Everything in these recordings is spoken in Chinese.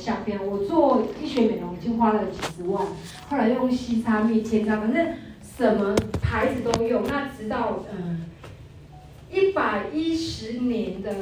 相片。我做医学美容已经花了几十万，后来用硒擦蜜、天擦，反正什么牌子都用。那直到111年的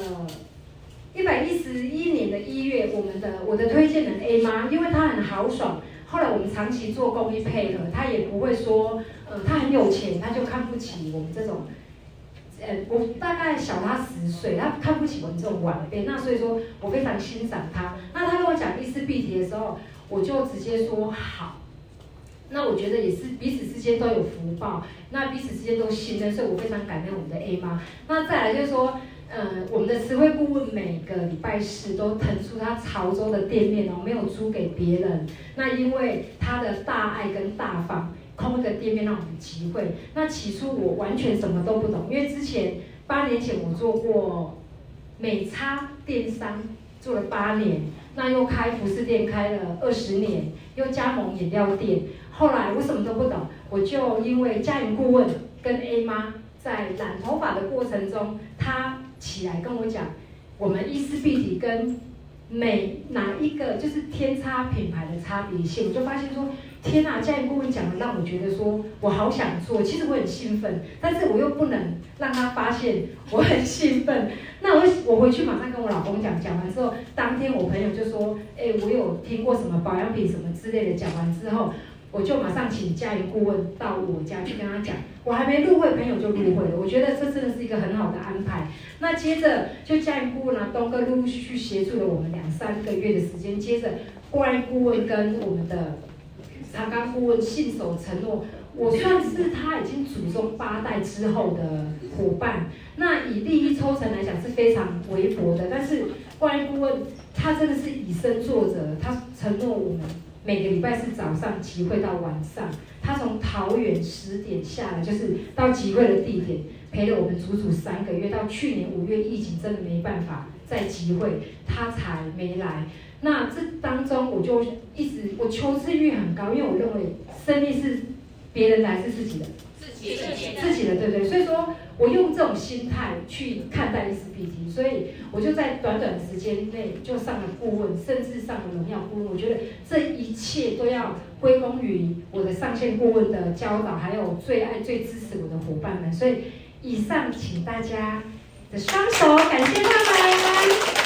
1月，我的推荐人 A 妈，因为她很豪爽。后来我们长期做公益配合，她也不会说，她很有钱，她就看不起我们这种。我大概小他10岁，他看不起我们这种晚辈，那所以说我非常欣赏他。那他跟我讲伊丝碧媞的时候，我就直接说好。那我觉得也是彼此之间都有福报，那彼此之间都信任，所以我非常感恩我们的 A 妈。那再来就是说，我们的慈惠顾问每个礼拜四都腾出他潮州的店面哦，没有租给别人。那因为他的大爱跟大方。空一个店面让我们集会。那起初我完全什么都不懂，因为之前8年前我做过美差电商，做了8年，那又开服饰店开了20年，又加盟饮料店。后来我什么都不懂，我就因为家营顾问跟 A 妈在染头发的过程中，她起来跟我讲，我们伊丝碧媞跟哪一个就是天差品牌的差别性，我就发现说。天啊！家营顾问讲的让我觉得说，我好想做。其实我很兴奋，但是我又不能让他发现我很兴奋。那我回去马上跟我老公讲，讲完之后，当天我朋友就说，我有听过什么保养品什么之类的。讲完之后，我就马上请家营顾问到我家去跟他讲。我还没入会，朋友就入会了。我觉得这真的是一个很好的安排。那接着就家营顾问啊，东哥陆陆续续协助了我们2、3个月的时间。接着国安顾问跟我们的。长冈顾问信守承诺，我算是他已经祖宗8代之后的伙伴。那以利益抽成来讲是非常微薄的，但是国安顾问他真的是以身作则，他承诺我们每个礼拜四早上集会到晚上，他从桃园10点下来，就是到集会的地点，陪了我们足足3个月，到去年5月疫情真的没办法再集会，他才没来。那这当中我就我求知欲很高，因为我认为生意是别人的还是自己的？自己的，对不对？所以说我用这种心态去看待伊丝碧媞，所以我就在短短的时间内就上了顾问，甚至上了荣耀顾问。我觉得这一切都要归功于我的上线顾问的教导，还有最爱最支持我的伙伴们。所以以上请大家的双手感谢他们。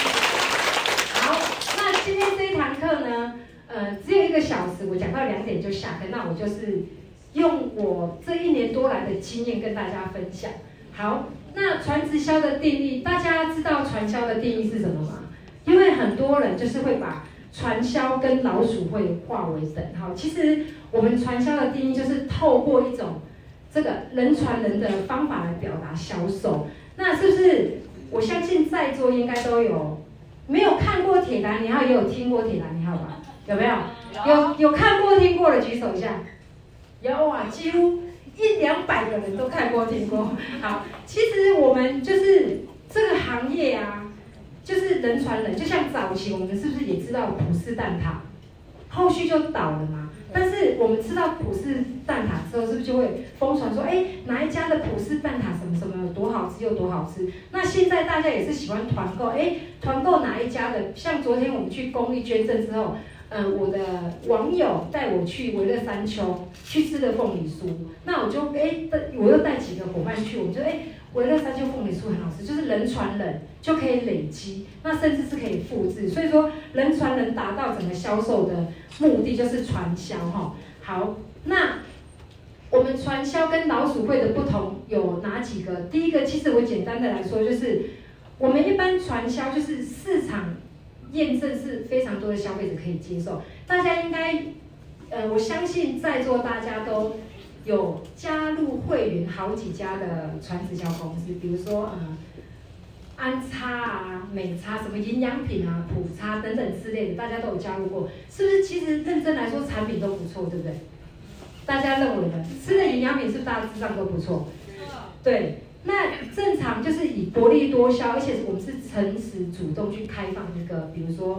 今天这一堂课呢，只有1个小时，我讲到2点就下课。那我就是用我这1年多来的经验跟大家分享。好，那传直销的定义，大家知道传销的定义是什么吗？因为很多人就是会把传销跟老鼠会划为等号。其实我们传销的定义就是透过一种这个人传人的方法来表达销售。那是不是？我相信在座应该都有。没有看过铁达尼号，也有听过铁达尼号吧？有没有？有看过、听过的举手一下。有啊，几乎100-200个人都看过、听过。好，其实我们就是这个行业啊，就是人传人。就像早期我们是不是也知道普氏蛋挞，后续就倒了嘛？但是我们吃到普氏蛋挞之后，是不是就会疯传说，哪一家的普氏蛋挞什么什么有多好吃有多好吃？那现在大家也是喜欢团购，团购哪一家的？像昨天我们去公益捐赠之后，我的网友带我去维乐山丘去吃的凤梨酥，那我就我又带几个伙伴去，我们就维乐山丘凤梨酥很好吃，就是人传人就可以累积，那甚至是可以复制，所以说人传人达到整个销售的目的就是传销哈。好，那我们传销跟老鼠会的不同有哪几个？第一个，其实我简单的来说，就是我们一般传销就是市场验证是非常多的消费者可以接受，大家应该，我相信在座大家都有加入会员好几家的传直销公司，比如说安差啊、美差、什么营养品啊、普差等等之类的，大家都有加入过，是不是？其实认真来说，产品都不错，对不对？大家认为呢？吃的营养品是不是大致上都不错？对，那正常就是以薄利多销，而且我们是诚实主动去开放一个，比如说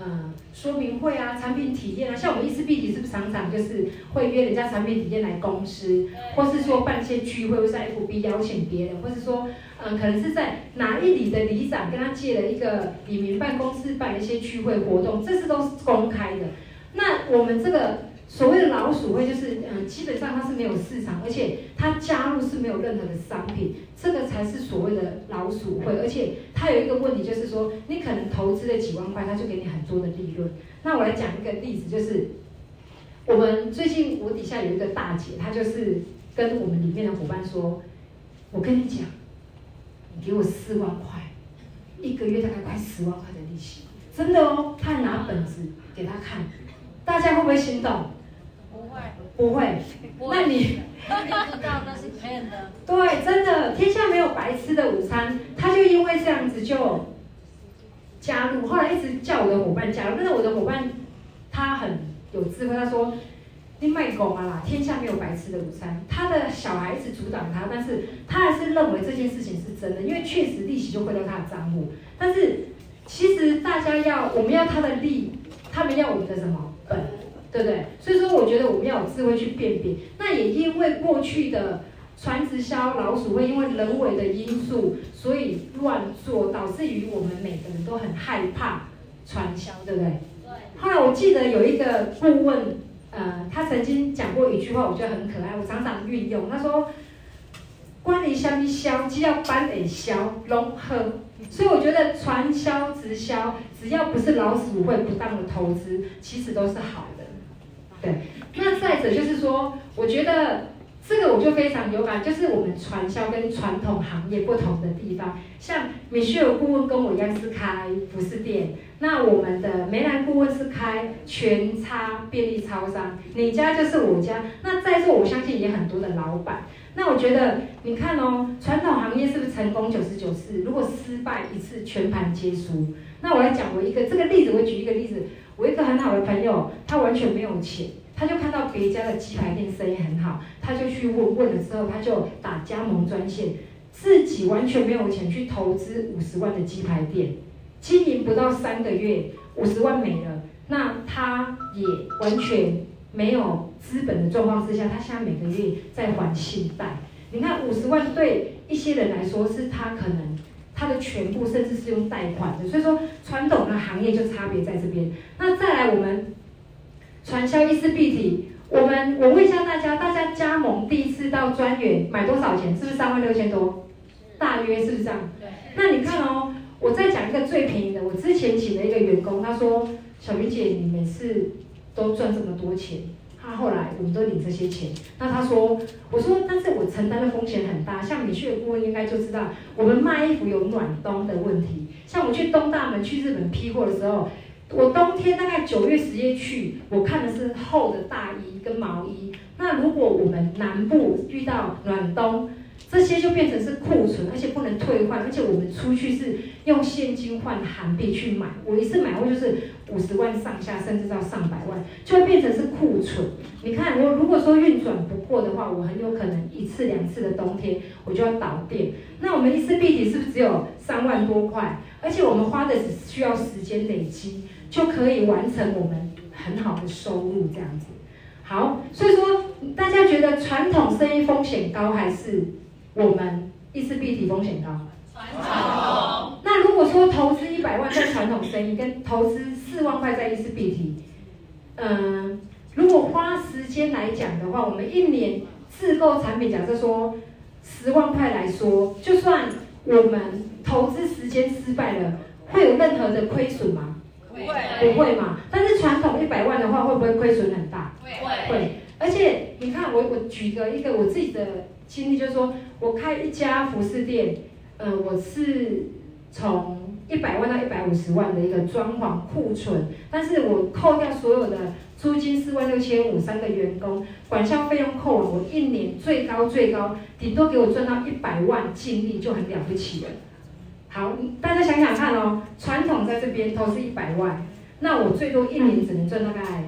说明会啊、产品体验啊，像我们E4B是不是常常就是会约人家产品体验来公司，或是说办一些聚会，或是在 FB 邀请别人，或是说可能是在哪一里的里长跟他借了一个里民办公室办了一些聚会活动，这是都是公开的。那我们这个所谓的老鼠会就是基本上它是没有市场，而且它加入是没有任何的商品，这个才是所谓的老鼠会。而且它有一个问题就是说，你可能投资了几万块，它就给你很多的利润。那我来讲一个例子，就是我们最近我底下有一个大姐，她就是跟我们里面的伙伴说，我跟你讲，你给我4万块，一个月大概快10万块的利息，真的哦。她还拿本子给她看，大家会不会心动？不会，那你知道那是骗的。 对，真的，天下没有白吃的午餐。他就因为这样子就加入，后来一直叫我的伙伴加入，但是我的伙伴他很有智慧，他说：“你卖狗啊啦，天下没有白吃的午餐。”他的小孩一直阻挡他，但是他还是认为这件事情是真的，因为确实利息就汇到他的账户。但是其实大家我们要他的利，他们要我们的什么本？对不对？所以说，我觉得我们要有智慧去辨别。那也因为过去的传直销老鼠会因为人为的因素，所以乱做，导致于我们每个人都很害怕传销，对不对？对。后来我记得有一个顾问，他曾经讲过一句话，我觉得很可爱，我常常运用。他说：“关于什么销，只要班得销，融合。”所以我觉得传销、直销，只要不是老鼠会不当的投资，其实都是好的。对，那再者就是说，我觉得这个我就非常有感，就是我们传销跟传统行业不同的地方。像米歇尔顾问跟我一样是开服饰店，那我们的梅兰顾问是开全差便利超商，你家就是我家。那在座我相信也很多的老板。那我觉得你看哦，传统行业是不是成功99次？如果失败1次，全盘皆输。那我来讲这个例子，我举一个例子。我一个很好的朋友，他完全没有钱，他就看到别家的鸡排店生意很好，他就去问了之后，他就打加盟专线，自己完全没有钱去投资50万的鸡排店，经营不到3个月，50万没了，那他也完全没有资本的状况之下，他现在每个月在还信贷。你看50万对一些人来说是他可能他的全部甚至是用贷款的，所以说传统的行业就差别在这边。那再来我们传销E4B，我问一下大家加盟第一次到专员买多少钱？是不是36000多？大约是不是这样？对。那你看哦，我再讲一个最便宜的，我之前请了一个员工，他说：“小云姐，你每次都赚这么多钱。”他后来我们都领这些钱，那他说，我说，但是我承担的风险很大。像米歇尔顾问应该就知道，我们卖衣服有暖冬的问题。像我去东大门去日本批货的时候，我冬天大概9月10月去，我看的是厚的大衣跟毛衣。那如果我们南部遇到暖冬，这些就变成是库存，而且不能退换，而且我们出去是用现金换韩币去买，我一次买货就是50万上下，甚至到上百万，就会变成是库存。你看，我如果说运转不过的话，我很有可能1次2次的冬天我就要倒店。那我们E4B是不是只有3万多块？而且我们花的只需要时间累积，就可以完成我们很好的收入这样子。好，所以说大家觉得传统生意风险高还是我们E4B风险高？ 传统。 那如果说投资100万在传统生意，跟投资4万块在E4B，如果花时间来讲的话，我们1年自购产品，假设说10万块来说，就算我们投资时间失败了，会有任何的亏损吗？不会嘛。但是传统100万的话，会不会亏损很大？会。而且你看，我举一个我自己的经历，就是说我开一家服饰店，我是从100万到150万的一个装潢库存，但是我扣掉所有的租金46500，3个员工，管销费用扣完，我1年最高顶多给我赚到100万净利就很了不起了。好，大家想想看哦，传统在这边投资100万，那我最多1年只能赚大概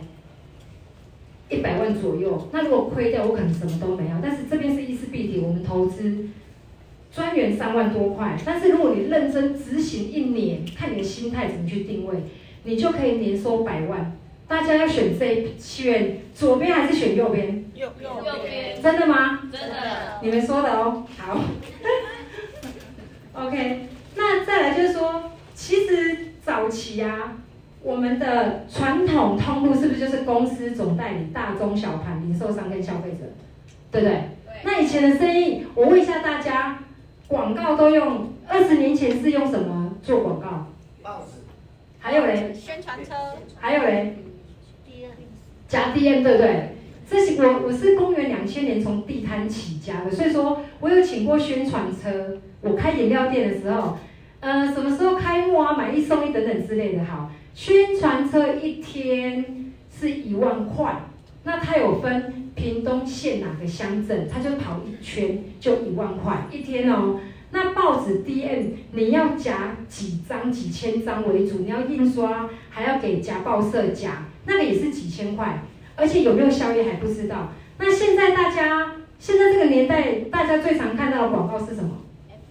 100万左右。那如果亏掉，我可能什么都没有。但是这边是E4B，我们投资专员3万多块，但是如果你认真执行1年，看你的心态怎么去定位。 你就可以年收100万。大家要选选左边还是选右边？ 右边。 真的吗？ 真的。 你们说的哦。好。OK， 那再来就是说，其实早期啊，我们的传统通路是不是就是公司、总代理、大中小盘、零售商跟消费者，对不对？那以前的生意，我问一下大家，广告都用20年前是用什么做广告？ 报纸。 还有嘞？ 宣传车。 还有嘞？加 DM 对不对？这是我是公元2000年从地摊起家的，所以说我有请过宣传车。我开饮料店的时候，什么时候开幕啊，买1送1等等之类的。好，宣传车一天是1万块，那它有分屏东县哪个乡镇，它就跑1圈就1万块一天哦。那报纸 DM 你要夹几张几千张为主，你要印刷，还要给夹报社夹，那个也是几千块，而且有没有效益还不知道。那现在这个年代，大家最常看到的广告是什么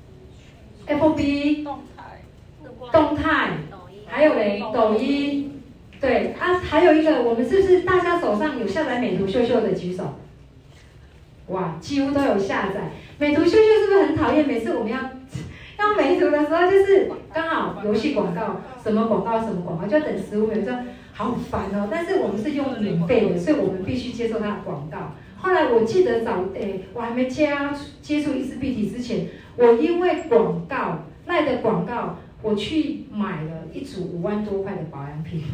？FB 动态，还有嘞抖音，对啊，还有一个，我们是不是大家手上有下载美图秀秀的举手？哇，几乎都有下载。美图秀秀是不是很讨厌？每次我们要美图的时候，就是刚好游戏广告，什么广告，就要等15秒，就好烦哦。但是我们是用免费的，所以我们必须接受它的广告。后来我记得我还没接触伊思碧缇之前，我因为广告赖的广告，我去买了一组5万多块的保养品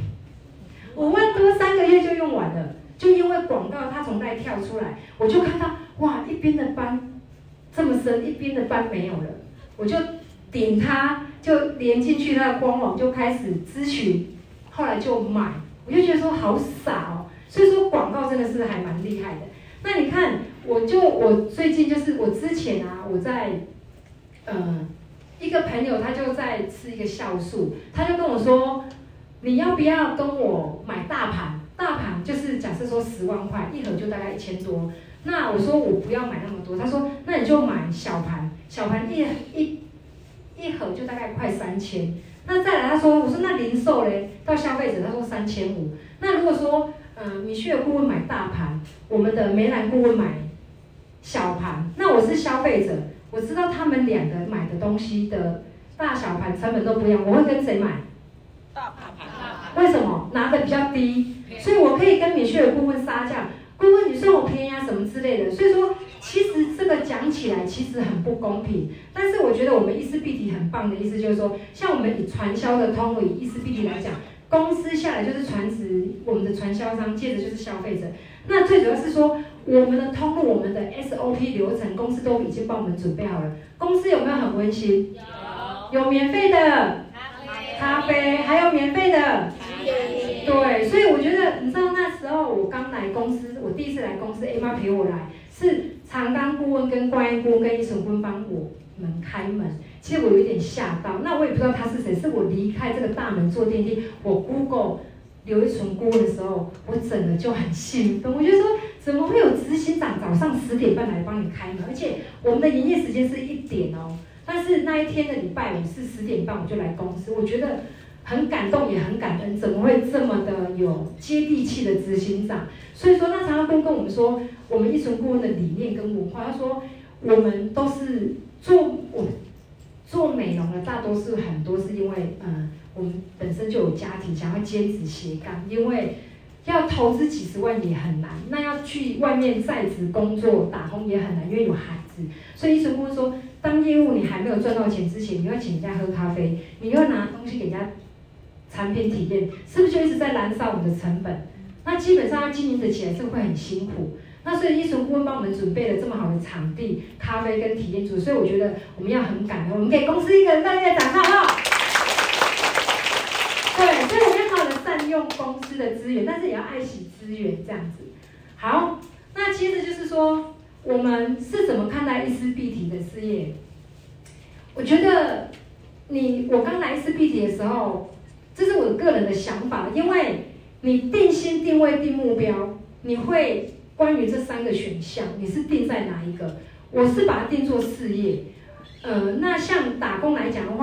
，5万多3个月就用完了。就因为广告它从赖跳出来，我就看到哇，一边的斑这么深，一边的斑没有了，我就点它，就连进去它的官网，就开始咨询，后来就买，我就觉得说好傻哦。所以说广告真的是还蛮厉害的。那你看，我最近就是我之前啊，我在一个朋友他就在吃一个酵素，他就跟我说，你要不要跟我买大盘？大盘就是假设说10万块一盒，就大概1000多。那我说我不要买那么多，他说那你就买小盘，小盘一盒就大概快3000。那再来他说，我说那零售嘞，到消费者他说3500。那如果说米歇尔顾问买大盘，我们的梅兰顾问买小盘，那我是消费者，我知道他们2个买的东西的大小盘成本都不一样，我会跟谁买？ 大盘。 为什么？拿的比较低，所以我可以跟米歇尔顾问杀价，顾问你算我便宜啊什么之类的。所以说，其实这个讲起来其实很不公平，但是我觉得我们伊思碧缇很棒的意思就是说，像我们以传销的通路，以伊思碧缇来讲，公司下来就是传直我们的传销商，接着就是消费者。那最主要是说，我们的通路、我们的 SOP 流程，公司都已经帮我们准备好了。公司有没有很温馨？有免费的咖啡，还有免费的。对，所以我觉得，你知道那时候我刚来公司，我第一次来公司 ，A 妈陪我来，是长冈顾问跟冠英顾问跟伊纯顾问帮我们开门。其实我有一点吓到，那我也不知道他是谁，是我离开这个大门坐电梯，我 Google 刘一纯顾问的时候，我整个就很兴奋，我就说怎么会有执行长早上10点半来帮你开门，而且我们的营业时间是1点哦，但是那一天的礼拜五是10点半我就来公司，我觉得很感动也很感恩，怎么会这么的有接地气的执行长？所以说，那常常跟我们说，我们一纯顾问的理念跟文化，他说我们都是做美容的，大多数很多是因为我们本身就有家庭，想要兼职斜杠，因为要投资几十万也很难，那要去外面在职工作打工也很难，因为有孩子。所以一纯顾问说，当业务你还没有赚到钱之前，你要请人家喝咖啡，你要拿东西给人家产品体验，是不是就一直在燃烧我们的成本？那基本上要经营得起来是会很辛苦。那所以一纯顾问帮我们准备了这么好的场地、咖啡跟体验组，所以我觉得我们要很感恩，我们给公司一个热烈的掌声，好不好？对，所以我们要好好的善用公司的资源，但是也要爱惜资源，这样子。好，那接着就是说，我们是怎么看待伊思碧缇的事业？我觉得我刚来伊思碧缇的时候，这是我个人的想法，因为你定心、定位、定目标，你会关于这3个选项，你是定在哪一个？我是把它定做事业。那像打工来讲的话，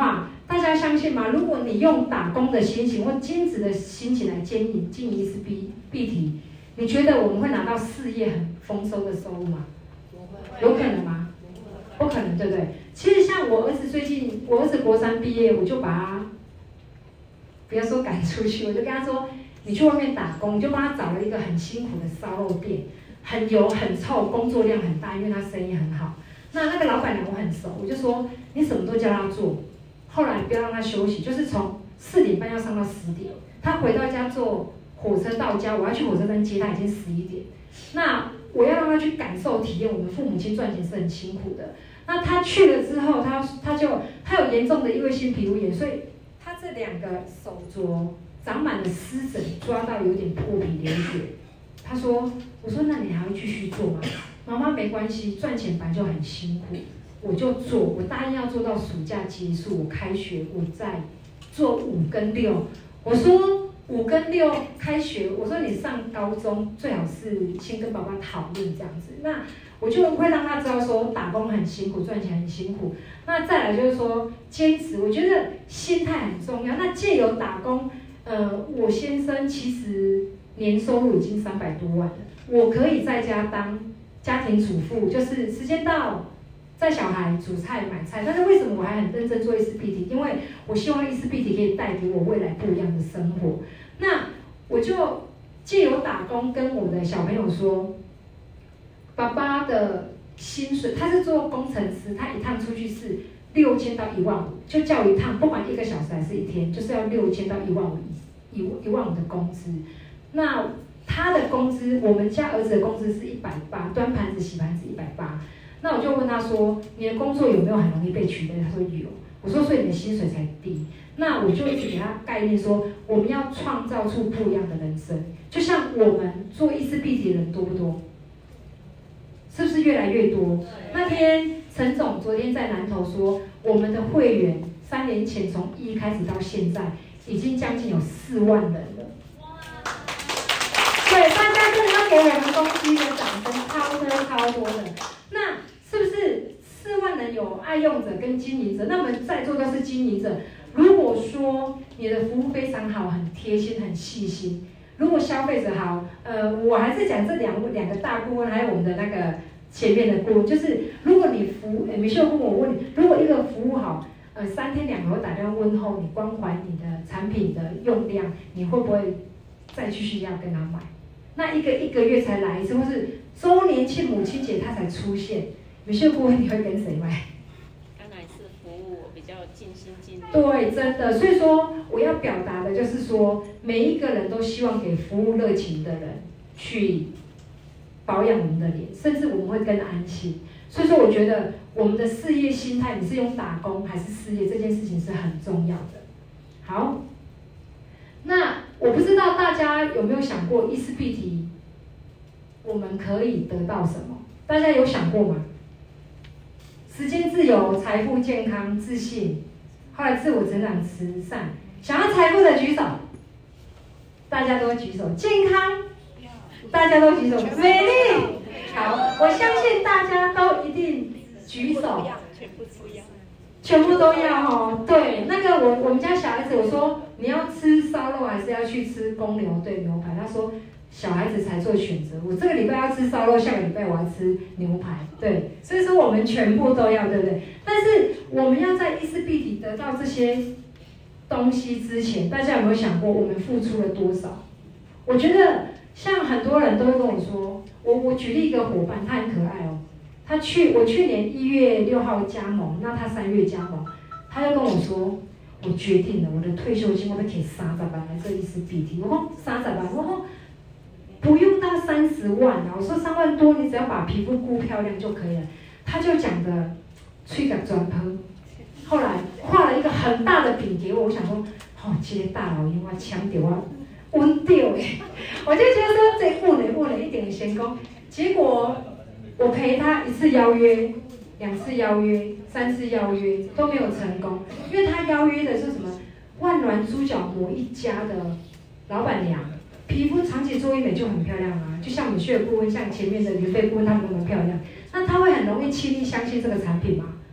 大家相信吗？如果你用打工的心情或兼职的心情来经营一次必体，你觉得我们会拿到事业很丰收的收入吗？有可能吗？不可能，对不对？其实像我儿子最近，我儿子国3毕业，我就把他不要说赶出去，我就跟他说，你去外面打工，你就帮他找了一个很辛苦的烧肉店，很油很臭，工作量很大，因为他生意很好。那个老板娘我很熟，我就说你什么都叫他做，后来不要让他休息，就是从4点半要上到10点，他回到家坐火车到家，我要去火车站接他，已经11点。那我要让他去感受体验，我们父母亲赚钱是很辛苦的。那他去了之后，他有严重的异位性皮肤炎，所以他这2个手镯长满了湿疹，抓到有点破皮流血。他说：“我说那你还会继续做吗？”妈妈没关系，赚钱本来就很辛苦，我就做。我答应要做到暑假结束，我开学我再做5跟6。我说5跟6开学，我说你上高中最好是先跟爸爸讨论这样子。那我就会让他知道说打工很辛苦，赚钱很辛苦。那再来就是说坚持，我觉得心态很重要。那借由打工，我先生其实年收入已经300多万了，我可以在家当家庭主妇，就是时间到带小孩煮菜买菜。但是为什么我还很认真做意式必体？因为我希望意式必体可以带给我未来不一样的生活。那我就借由打工跟我的小朋友说，爸爸的薪水，他是做工程师，他一趟出去是6000到1万5，就叫一趟，不管1个小时还是1天，就是要6000到1万5的工资。那他的工资，我们家儿子的工资是180，端盘子洗盘子180。那我就问他说，你的工作有没有很容易被取代？他说有。我说所以你的薪水才低。那我就一直给他概念说，我们要创造出不一样的人生。就像我们做意式必体的人多不多？是不是越来越多？那天陈总昨天在南投说，我们的会员3年前从1开始到现在，已经将近有4万人了。对，大家真的要给我们公司一个掌声，超多的。那是不是4万人有爱用者跟经营者？那我们在座都是经营者。如果说你的服务非常好，很贴心，很细心。如果消费者好，我还是讲这两个大顾问，还有我们的那个前面的顾问，就是如果你米秀顾问，我问你，如果一个服务好，3天2头打电话问候你，关怀你的产品的用量，你会不会再继续要跟他买？那一个月才来一次，或是周年庆、母亲节他才出现，米秀顾问你会跟谁买？ 当然是服务我比较尽心尽力。 对，真的，所以说我要表达的就是说，每一个人都希望给服务热情的人去保养我们的脸，甚至我们会更安心。所以说，我觉得我们的事业心态，你是用打工还是事业，这件事情是很重要的。好，那我不知道大家有没有想过，意式必体我们可以得到什么？大家有想过吗？时间自由、财富、健康、自信，后来自我成长、慈善。想要财富的举手，大家都举手。健康，大家都举手。美丽，好，我相信大家都一定举手。全部都要哦。对，那个我们家小孩子，我说你要吃烧肉还是要去吃公牛对牛排？他说小孩子才做选择。我这个礼拜要吃烧肉，下个礼拜我要吃牛排。对，所以说我们全部都要，对不对？但是我们要在意式必体得到这些东西之前，大家有没有想过我们付出了多少？我觉得像很多人都会跟我说，我举例一个伙伴，他很可爱哦。我去年1月6号加盟，那他3月加盟，他就跟我说，我决定了，我的退休金我要给30万来做意式必体。我说30万，我说不用到30万啊，我说3万多，你只要把皮肤顾漂亮就可以了。他就讲的吹个转喷，后来画了一个很大的饼给我，我想说，这个大老鹰我抢到我稳到诶，我就觉得说这问了一点先功，结果我陪他1次邀约、2次邀约、3次邀约都没有成功，因为他邀约的是什么万峦猪脚某一家的老板娘，皮肤长期做医美就很漂亮啊，就像米雪顾问、像前面的刘飞顾问他们都很漂亮，那他会很容易轻易相信这个产品吗？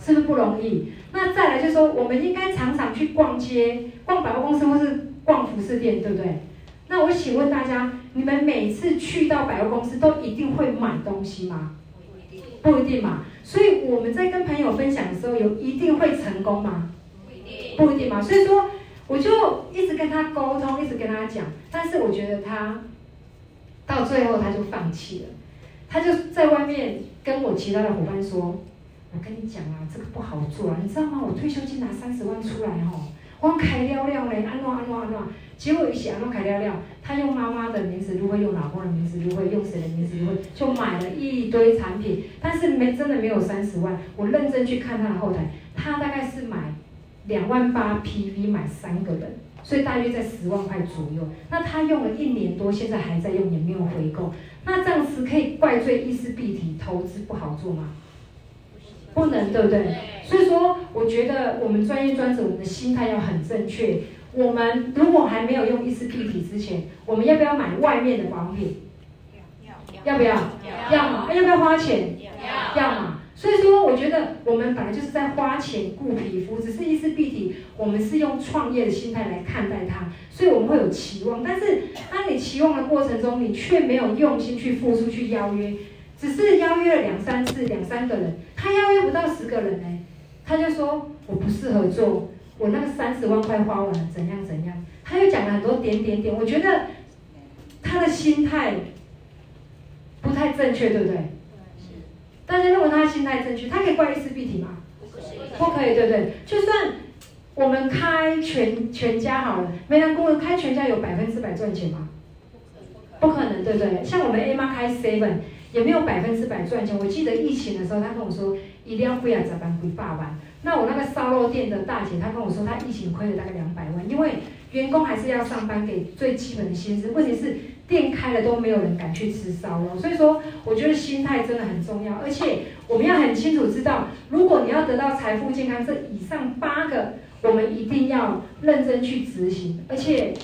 是不是不容易？那再来就是说，我们应该常常去逛街、逛百货公司或是逛服饰店，对不对？那我请问大家，你们每次去到百货公司都一定会买东西吗？不一定嘛。所以我们在跟朋友分享的时候，一定会成功吗？不一定嘛。所以说，我就一直跟他沟通，一直跟他讲，但是我觉得他到最后他就放弃了，他就在外面跟我其他的伙伴说：“我跟你讲啊，这个不好做啊，你知道吗？我退休金拿30万出来吼，我开了了嘞，安怎。”结果一起安怎开了，他用妈妈的名字入会，用老公的名字入会，用谁的名字入会，就买了一堆产品，但是真的没有30万。我认真去看他的后台，他大概是买2万8 PV 买3个人，所以大约在10万块左右。那他用了1年多，现在还在用，也没有回购。那这样子可以怪罪意识蔽体投资不好做吗？不能，对不对？所以说，我觉得我们专业专职，我们的心态要很正确。我们如果还没有用意识蔽体之前，我们要不要买外面的保养品？要不要？要嘛？要不要花钱？要嘛？所以说，我觉得我们本来就是在花钱顾皮肤，只是意识蔽体，我们是用创业的心态来看待它，所以我们会有期望。但是，当你期望的过程中，你却没有用心去付出、去邀约，只是邀约了2、3次、2、3个人，他邀约不到10个人呢，他就说我不适合做。我那个30万块花完了，怎样，他又讲了很多点，我觉得他的心态不太正确，对不对？大家认为他的心态正确，他可以怪意识蔽体吗？不可以，对不对？就算我们开全家好了，没人工人开全家有100%赚钱吗？不可能，对不对？像我们 A 妈开 7也没有100%赚钱。我记得疫情的时候，他跟我说一定要亏10万亏8万。那我那个烧肉店的大姐，她跟我说，她疫情亏了大概200万，因为员工还是要上班，给最基本的薪资。问题是店开了都没有人敢去吃烧肉，所以说我觉得心态真的很重要，而且我们要很清楚知道，如果你要得到财富健康这以上8个，我们一定要认真去执行。而且，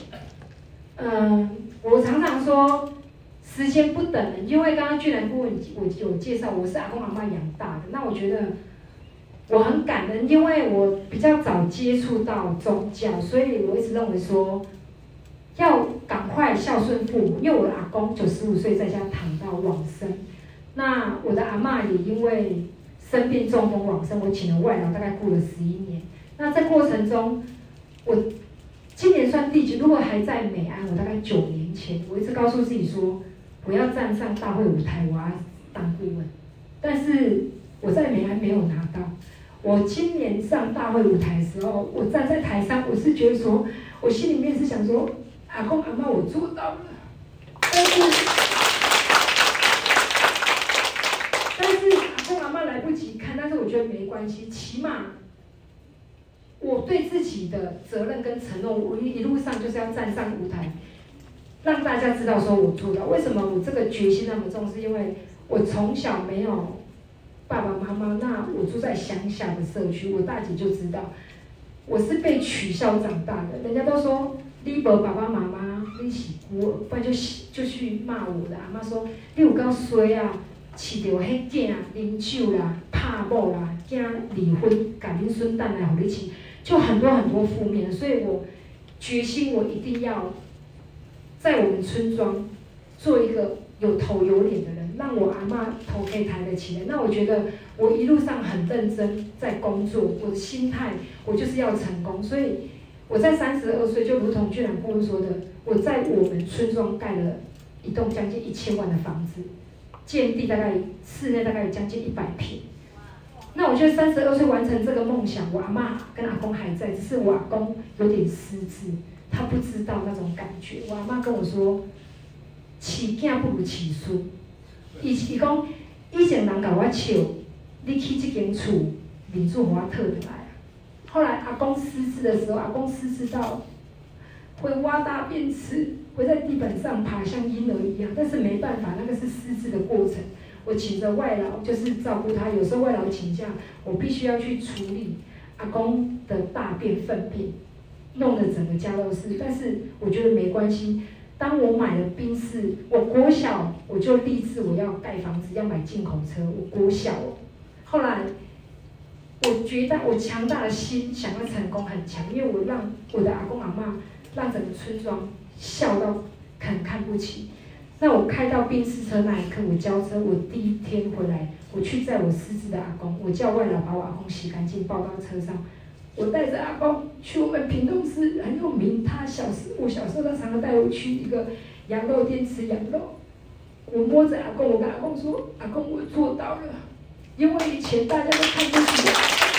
我常常说，时间不等人，因为刚刚巨然顾问我有介绍，我是阿公阿嬤养大的，那我觉得。我很感恩，因为我比较早接触到宗教，所以我一直认为说，要赶快孝顺父母。因为我的阿公95岁在家躺到往生，那我的阿嬤也因为生病中风往生，我请了外劳，大概顾了11年。那在过程中，我今年算第9，如果还在美安，我大概9年前，我一直告诉自己说，我要站上大会舞台，我要当顾问。但是我在美安没有拿到。我今年上大会舞台的时候，我站在台上，我是觉得说，我心里面是想说，阿公阿嬤我做到了，但是阿公阿嬤来不及看，但是我觉得没关系，起码我对自己的责任跟承诺，我一路上就是要站上舞台，让大家知道说我做到。为什么我这个决心那么重？是因为我从小没有。爸爸妈妈，那我住在乡下的社区，我大姐就知道，我是被取笑长大的。人家都说你无爸爸妈妈，你是孤儿，不然就去骂我的阿妈说，你有够衰啊，饲到迄囝啉酒啦、拍某啦、囝离婚，甲恁孙蛋来互你饲，就很多负面。所以我决心，我一定要在我们村庄做一个有头有脸的人。让我阿嬤头可以抬得起来。那我觉得我一路上很认真在工作，我的心态我就是要成功。所以我在32岁，就如同巨然顾问说的，我在我们村庄盖了一栋将近1000万的房子，建地大概室内大概有将近100坪。那我觉得32岁完成这个梦想，我阿嬤跟阿公还在，只是我阿公有点失智，他不知道那种感觉。我阿嬤跟我说，饲囝不如饲孙。伊讲，以前人甲我笑，你去这间厝，民主给我讨得来啊。后来阿公失智的时候，阿公失智到会挖大便吃，会在地板上爬，像婴儿一样。但是没办法，那个是失智的过程。我请着外劳，就是照顾他。有时候外劳请假，我必须要去处理阿公的大便粪便，弄得整个家都是。但是我觉得没关系。当我买了宾士，我国小我就立志我要盖房子，要买进口车。我国小，后来我觉得我强大的心想要成功很强，因为我让我的阿公阿嬷，让整个村庄笑到很看不起。那我开到宾士车那一刻，我交车，我第一天回来，我去载我失智的阿公，我叫外劳把我阿公洗干净抱到车上，我带着阿公去我们屏东市很有名，我小时候他常常带我去一个羊肉店吃羊肉，我摸着阿公，我跟阿公说，阿公我做到了，因为以前大家都看不起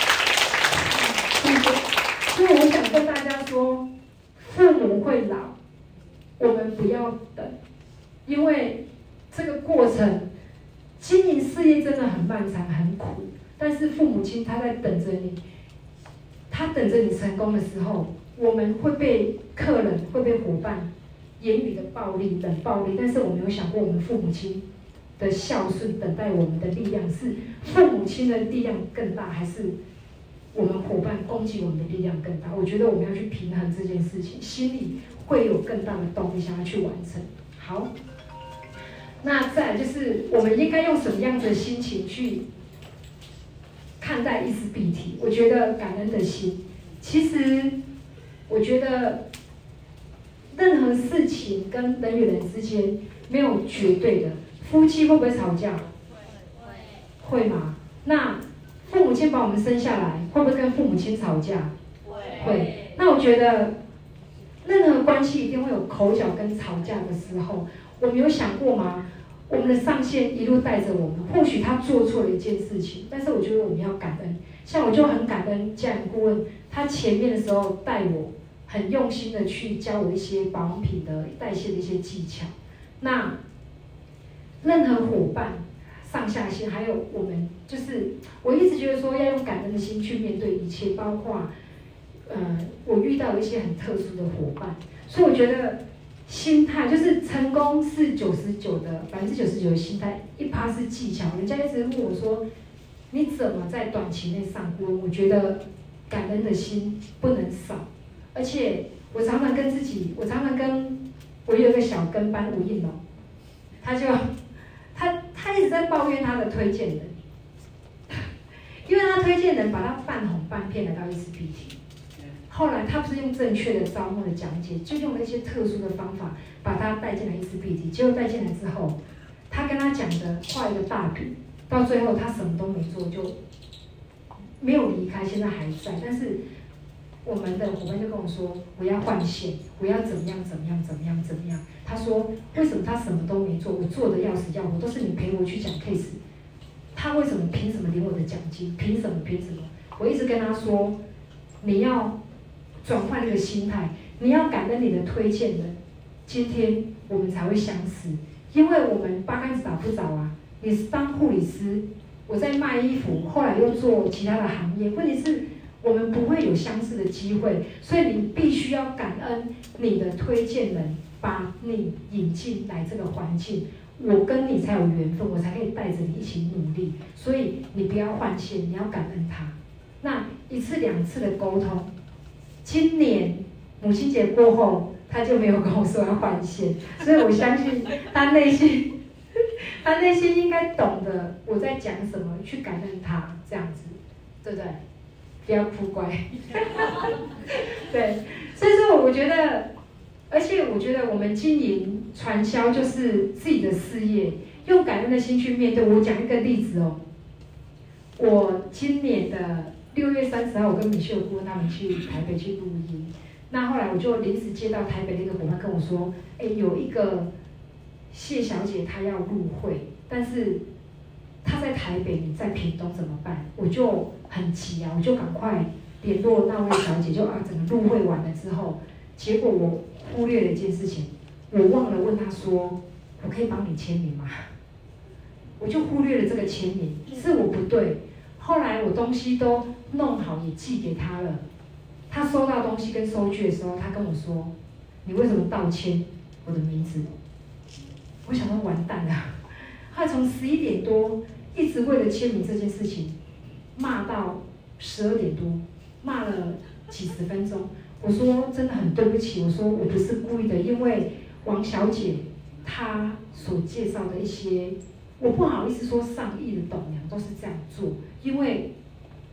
我，所以我想跟大家说，父母会老，我们不要等。因为这个过程，经营事业真的很漫长、很苦，但是父母亲他在等着你，他等着你成功的时候，我们会被客人、会被伙伴言语的暴力、冷暴力，但是我们有想过，我们父母亲的孝顺等待我们的力量是父母亲的力量更大，还是我们伙伴攻击我们的力量更大？我觉得我们要去平衡这件事情，心里会有更大的动力想要去完成。好。那再来就是我们应该用什么样子的心情去看待一丝必提？我觉得感恩的心，其实我觉得任何事情跟人与人之间没有绝对的。夫妻会不会吵架？会吗？那父母亲把我们生下来，会不会跟父母亲吵架？会。那我觉得任何关系一定会有口角跟吵架的时候。我们有想过吗？我们的上线一路带着我们，或许他做错了一件事情，但是我觉得我们要感恩。像我就很感恩家人顾问，他前面的时候带我，很用心的去教我一些保养品的代谢的一些技巧。那任何伙伴上下线，还有我们，就是我一直觉得说要用感恩的心去面对一切，包括我遇到一些很特殊的伙伴，所以我觉得。心态就是成功是99%的心态，1%是技巧。人家一直问我说，你怎么在短期内上顾问？我觉得感恩的心不能少，而且我常常跟我有一个小跟班吴应龙，他一直在抱怨他的推荐人，因为他推荐人把他半哄半骗来到ESBT。后来他不是用正确的招募的讲解，就用了一些特殊的方法把他带进来ESBT。结果带进来之后，他跟他讲的画一个大饼，到最后他什么都没做，就没有离开，现在还在。但是我们的伙伴就跟我说，我要换线，我要怎么样。他说为什么他什么都没做，我做的要死要活，都是你陪我去讲 case。他为什么凭什么领我的奖金？凭什么？我一直跟他说，你要转换那个心态，你要感恩你的推荐人，今天我们才会相识，因为我们八竿子打不着啊。你是当护理师，我在卖衣服，后来又做其他的行业，问题是我们不会有相似的机会，所以你必须要感恩你的推荐人把你引进来这个环境，我跟你才有缘分，我才可以带着你一起努力，所以你不要换线，你要感恩他。那1次2次的沟通。今年母亲节过后，他就没有跟我说要换线，所以我相信他内心应该懂得我在讲什么，去感恩他，这样子，对不对？不要哭乖。对，所以说我觉得，而且我觉得我们经营传销就是自己的事业，用感恩的心去面对。我讲一个例子哦，我今年的6月30号，我跟米秀顾问他们去台北去录音，那后来我就临时接到台北的一个伙伴跟我说，有一个谢小姐她要入会，但是她在台北，你在屏东怎么办？我就很急啊，我就赶快联络那位小姐，就整个入会完了之后，结果我忽略了一件事情，我忘了问她说，我可以帮你签名吗？我就忽略了这个签名，是我不对。后来我东西都弄好，也寄给他了。他收到东西跟收据的时候，他跟我说：“你为什么盗签我的名字？”我想说完蛋了。他从11点多一直为了签名这件事情骂到12点多，骂了几十分钟。我说真的很对不起，我说我不是故意的，因为王小姐她所介绍的一些。我不好意思说上亿的董娘都是这样做，因为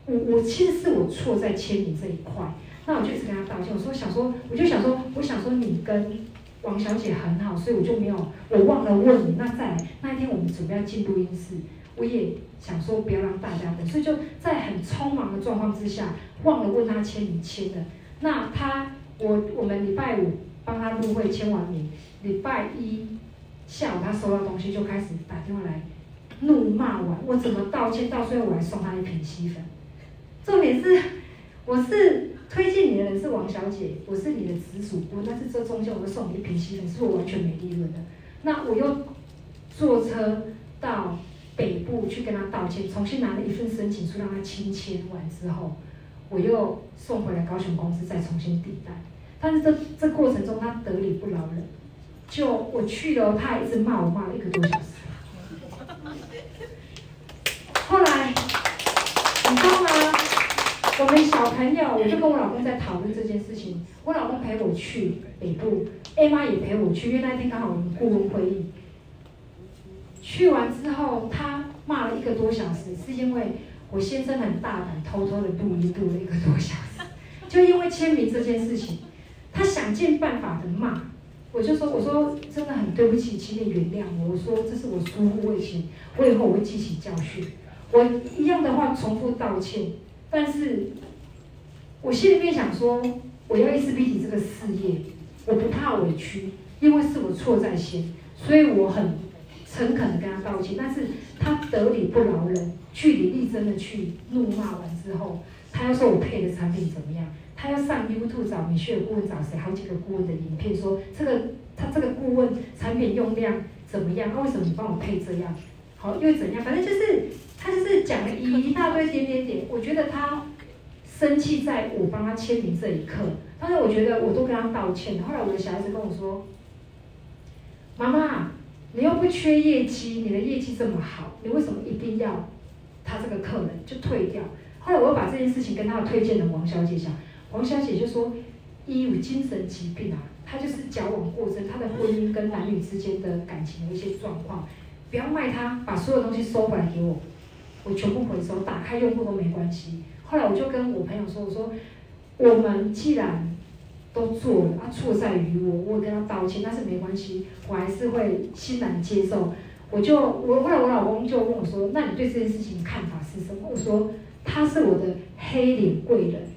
我其实是我错在签名这一块，那我就一直跟他道歉。我想说你跟王小姐很好，所以我忘了问你。那再来那一天我们准备要进录音室，我也想说不要让大家等，所以就在很匆忙的状况之下，忘了问他签名签了。那我们礼拜五帮他入会签完名，礼拜一下午他收到东西就开始打电话来怒骂我怎么道歉，到最后我还送他一瓶吸粉。重点是我是推荐你的人是王小姐，我是你的直属顾问，但是这中间我就送你一瓶吸粉，是我完全没利润的。那我又坐车到北部去跟他道歉，重新拿了一份申请书让他亲签完之后，我又送回来高雄公司再重新抵贷。但是这过程中他得理不饶人，就我去了，他还一直骂了1个多小时。后来你知道吗？我们小朋友，我就跟我老公在讨论这件事情。我老公陪我去北部 ，A 妈也陪我去，因为那一天刚好我们顾问会议。去完之后，他骂了1个多小时，是因为我先生很大胆，偷偷的录了1个多小时，就因为签名这件事情，他想尽办法的骂。我说真的很对不起，请你原谅我。我说这是我疏忽未行，我以后我会记起教训。我一样的话重复道歉，但是我心里面想说，我要一丝不体这个事业，我不怕委屈，因为是我错在先，所以我很诚恳的跟他道歉。但是他得理不饶人，据理力争的去怒骂完之后，他要说我配的产品怎么样，他要上 YouTube 找米歇尔顾问，找谁好几个顾问的影片，说他这个顾问产品用量怎么样？为什么你帮我配这样？好，又怎样？反正就是他就是讲了一大堆点。我觉得他生气在我帮他签名这一刻，但是我觉得我都跟他道歉。后来我的小孩子跟我说：“妈妈，你又不缺业绩，你的业绩这么好，你为什么一定要他这个客人就退掉？”后来我又把这件事情跟他的推荐人王小姐讲，王小姐就说：“有精神疾病啊，她就是矫枉过正，她的婚姻跟男女之间的感情的一些状况。”不要卖他，把所有东西收回来给我，我全部回收，打开用户都没关系。后来我就跟我朋友说，我说我们既然都做了，错在于我跟他道歉，但是没关系，我还是会欣然接受。后来我老公就问我说，那你对这件事情看法是什么？我说他是我的黑脸贵人，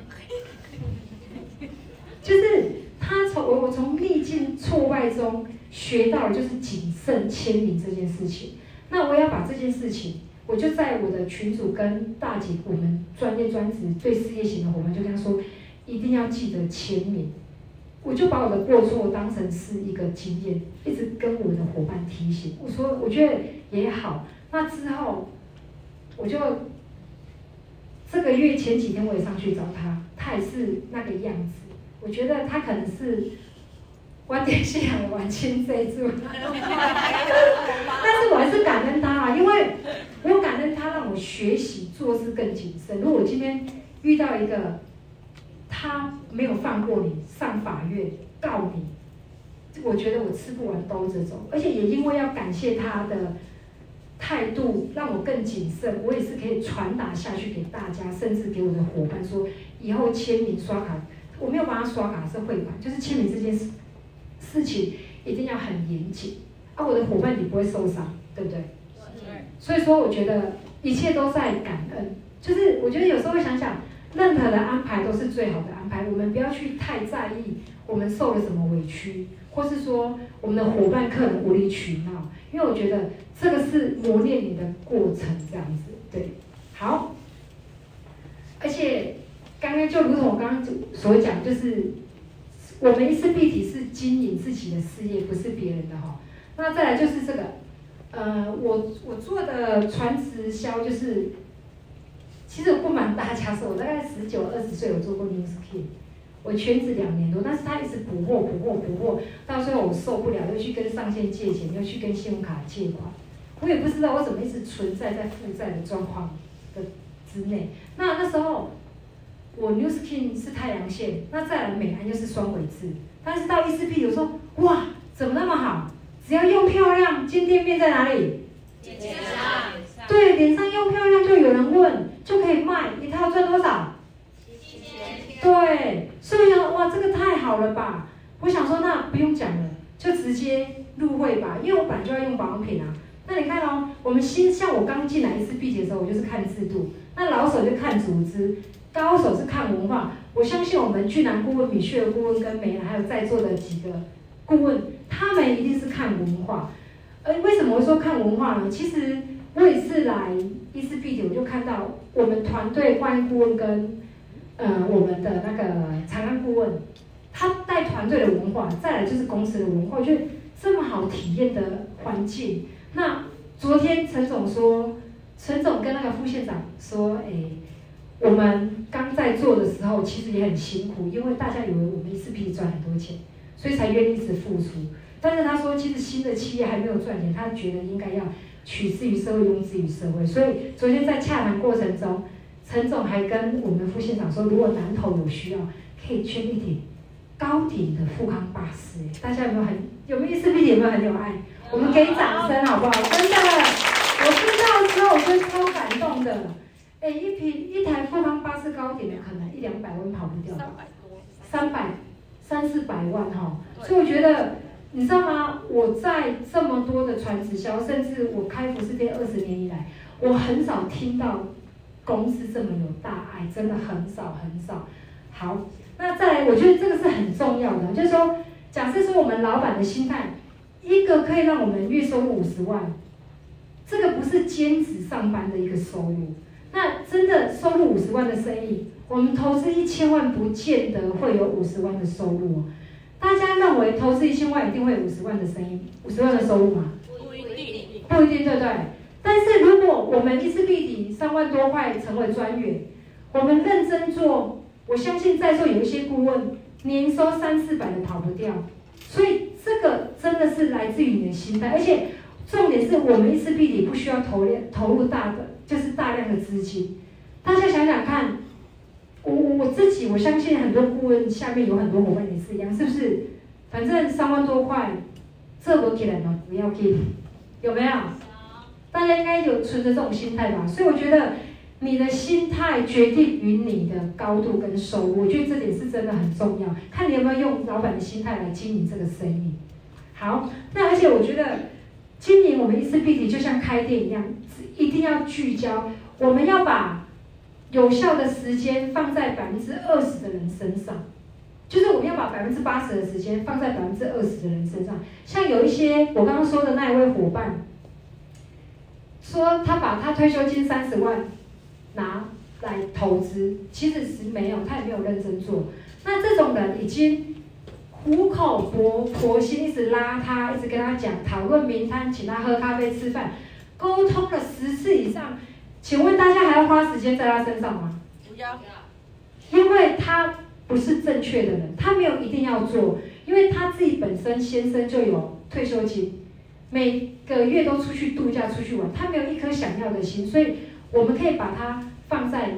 就是我从历尽挫败中学到的就是谨慎签名这件事情。那我要把这件事情，我就在我的群组跟大姐，我们专业专职对事业型的伙伴就跟他说，一定要记得签名。我就把我的过错当成是一个经验，一直跟我的伙伴提醒。我说我觉得也好。那之后，我就这个月前几天我也上去找他，他也是那个样子。我觉得他可能是晚点信仰的晚清这一柱，但是我还是感恩他啊，因为我感恩他让我学习做事更谨慎。如果我今天遇到一个他没有放过你，上法院告你，我觉得我吃不完兜着走。而且也因为要感谢他的态度，让我更谨慎，我也是可以传达下去给大家，甚至给我的伙伴说，以后签名刷卡。我没有帮他刷卡，是汇款，就是签名这件事情一定要很严谨啊！我的伙伴你不会受伤，对不对？所以说，我觉得一切都在感恩。就是我觉得有时候会想想，任何的安排都是最好的安排。我们不要去太在意我们受了什么委屈，或是说我们的伙伴客人无理取闹，因为我觉得这个是磨练你的过程，这样子。对，好，而且。刚刚就如同我刚刚所讲，就是我们一次必体是经营自己的事业，不是别人的哈。那再来就是这个，我做的传直销，就是其实我不瞒大家说，我大概19、20岁有做过 NewSkin， 我全职2年多，但是他一直补货，到最后我受不了，又去跟上线借钱，又去跟信用卡借款，我也不知道我怎么一直存在在负债的状况的之内。那时候。我 NewSkin 是太阳线，那再来美安又是双轨制，但是到1-4P 有说哇怎么那么好？只要用漂亮，进店面在哪里？脸上。对，脸上用漂亮就有人问，就可以卖，一套赚多少？7000。对，所以我想哇，这个太好了吧！我想说那不用讲了，就直接入会吧，因为我本来就要用保养品啊。那你看哦，我们像我刚进来一次毕节的时候，我就是看制度，那老手就看组织，高手是看文化。我相信我们俊男顾问、米雪儿顾问跟梅兰还有在座的几个顾问，他们一定是看文化。为什么我说看文化呢？其实我也是来一次毕节，我就看到我们团队万顾问跟我们的那个长安顾问，他带团队的文化，再来就是公司的文化，我觉得这么好体验的环境。那昨天陈总跟那个副县长说，我们刚在做的时候其实也很辛苦，因为大家以为我们一次毕业赚很多钱，所以才愿意一直付出。但是他说，其实新的企业还没有赚钱，他觉得应该要取之于社会，用之于社会。所以昨天在洽谈过程中，陈总还跟我们副县长说，如果南投有需要，可以捐一点高顶的富康巴士。大家有没有一次毕业有没有很有爱？我们给掌声好不好？真的，我知道之后我就超感动的。一台富康巴士高顶的可能100-200万跑不掉吧？300-400万哈。所以我觉得，你知道吗？我在这么多的传直销，甚至我开服饰店20年以来，我很少听到公司这么有大爱，真的很少很少。好，那再来，我觉得这个是很重要的，就是说，假设说我们老板的心态。一个可以让我们月收入50万，这个不是兼职上班的一个收入。那真的收入50万的生意，我们投资1000万不见得会有50万的收入。大家认为投资1000万一定会有50万的生意、50万的收入吗？ 不一定， 不一定，对不对？但是如果我们一次毕底3万多块成为专员，我们认真做，我相信在座有一些顾问年收300-400的跑不掉。所以这个真的是来自于你的心态，而且重点是我们一次毕底不需要投入大量的资金。大家想想看，我自己我相信很多顾问下面有很多伙伴也是一样，是不是？反正3万多块，这我给了吗？不要给，有没有？大家应该有存着这种心态吧？所以我觉得你的心态决定于你的高度跟收入，我觉得这点是真的很重要。看你有没有用老板的心态来经营这个生意。好，那而且我觉得经营我们一次毕底就像开店一样，一定要聚焦，我们要把有效的时间放在20%的人身上，就是我们要把80%的时间放在20%的人身上。像有一些我刚刚说的那一位伙伴，说他把他退休金30万。拿来投资，其实是没有，他也没有认真做。那这种人已经苦口婆心，一直拉他，一直跟他讲，讨论名单，请他喝咖啡吃饭，沟通了10次以上。请问大家还要花时间在他身上吗？ 不要， 因为他不是正确的人，他没有一定要做，因为他自己本身先生就有退休金，每个月都出去度假、出去玩，他没有一颗想要的心，所以。我们可以把它放在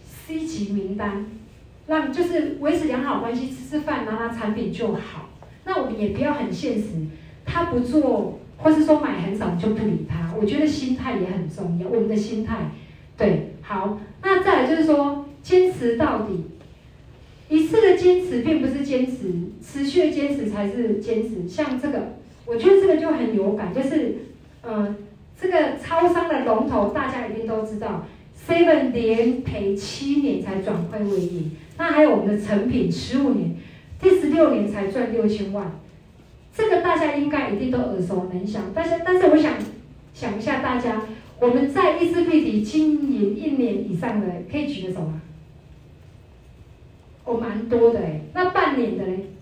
C 级名单，让就是维持良好关系，吃吃饭，拿产品就好。那我们也不要很现实，他不做，或是说买很少就不理他。我觉得心态也很重要，我们的心态，对，好。那再来就是说，坚持到底。一次的坚持并不是坚持，持续的坚持才是坚持。像这个，我觉得这个就很有感，就是这个超商的龙头，大家一定都知道 ，7 连赔7年才转亏为盈。那还有我们的成品15年，第16年才赚6000万，这个大家应该一定都耳熟能详。但是我想一下大家，我们在一次毕底经营1年以上的，可以举个手吗？蛮多的哎。那半年的嘞？